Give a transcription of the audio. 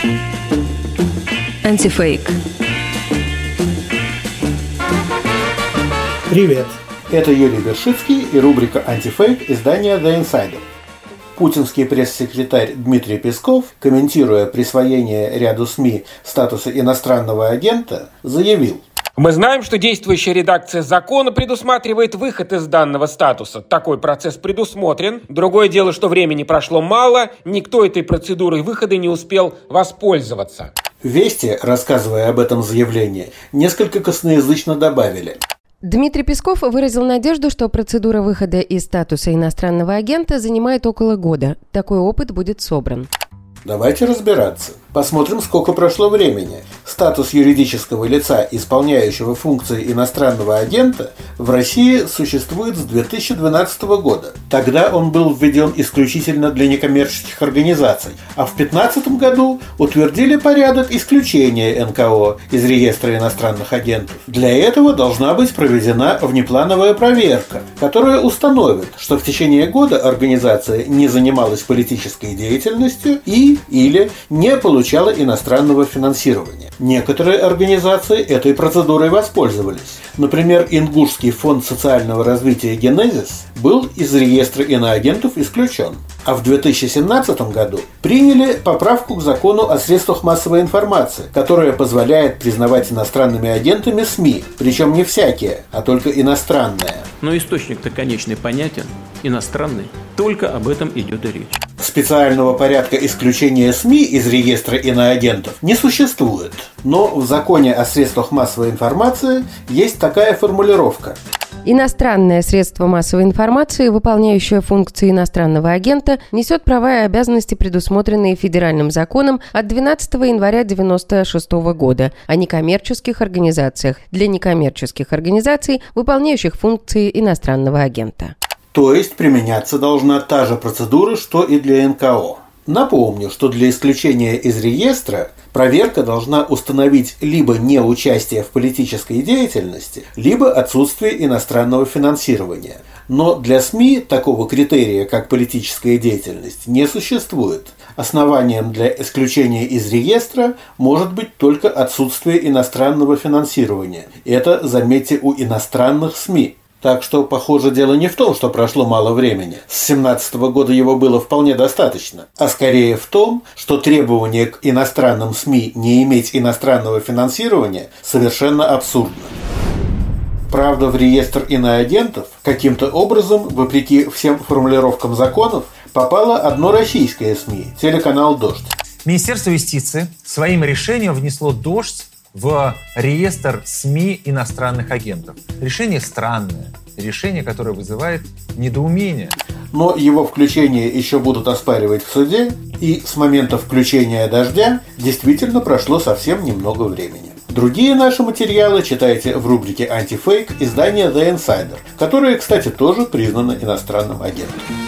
Антифейк. Привет! Это Юрий Вершицкий и рубрика «Антифейк» издания The Insider. Путинский пресс-секретарь Дмитрий Песков, комментируя присвоение ряду СМИ статуса иностранного агента, заявил: «Мы знаем, что действующая редакция закона предусматривает выход из данного статуса. Такой процесс предусмотрен. Другое дело, что времени прошло мало, никто этой процедурой выхода не успел воспользоваться». Вести, рассказывая об этом заявлении, несколько косноязычно добавили: Дмитрий Песков выразил надежду, что процедура выхода из статуса иностранного агента занимает около года. Такой опыт будет собран. Давайте разбираться. Посмотрим, сколько прошло времени. Статус юридического лица, исполняющего функции иностранного агента, в России существует с 2012 года. Тогда он был введен исключительно для некоммерческих организаций, а в 2015 году утвердили порядок исключения НКО из реестра иностранных агентов. Для этого должна быть проведена внеплановая проверка, которая установит, что в течение года организация не занималась политической деятельностью или не получала иностранного финансирования. Некоторые организации этой процедурой воспользовались. Например, Ингушский фонд социального развития «Генезис» был из реестра иноагентов исключен. А в 2017 году приняли поправку к закону о средствах массовой информации, которая позволяет признавать иностранными агентами СМИ, причем не всякие, а только иностранные. Но источник-то конечный понятен, иностранный. Только об этом идет и речь. Специального порядка исключения СМИ из реестра иноагентов не существует. Но в законе о средствах массовой информации есть такая формулировка: Иностранное средство массовой информации, выполняющее функции иностранного агента, несет права и обязанности, предусмотренные федеральным законом от 12 января 1996 года о некоммерческих организациях для некоммерческих организаций, выполняющих функции иностранного агента. То есть применяться должна та же процедура, что и для НКО. Напомню, что для исключения из реестра проверка должна установить либо неучастие в политической деятельности, либо отсутствие иностранного финансирования. Но для СМИ такого критерия, как политическая деятельность, не существует. Основанием для исключения из реестра может быть только отсутствие иностранного финансирования. Это, заметьте, у иностранных СМИ. Так что, похоже, дело не в том, что прошло мало времени. С 2017 года его было вполне достаточно. А скорее в том, что требование к иностранным СМИ не иметь иностранного финансирования совершенно абсурдно. Правда, в реестр иноагентов каким-то образом, вопреки всем формулировкам законов, попало одно российское СМИ – телеканал «Дождь». Министерство юстиции своим решением внесло «Дождь» в реестр СМИ иностранных агентов. Решение странное. Решение, которое вызывает недоумение. Но его включение еще будут оспаривать в суде, и с момента включения «Дождя» действительно прошло совсем немного времени. Другие наши материалы читайте в рубрике «Антифейк» издания The Insider, которое, кстати, тоже признано иностранным агентом.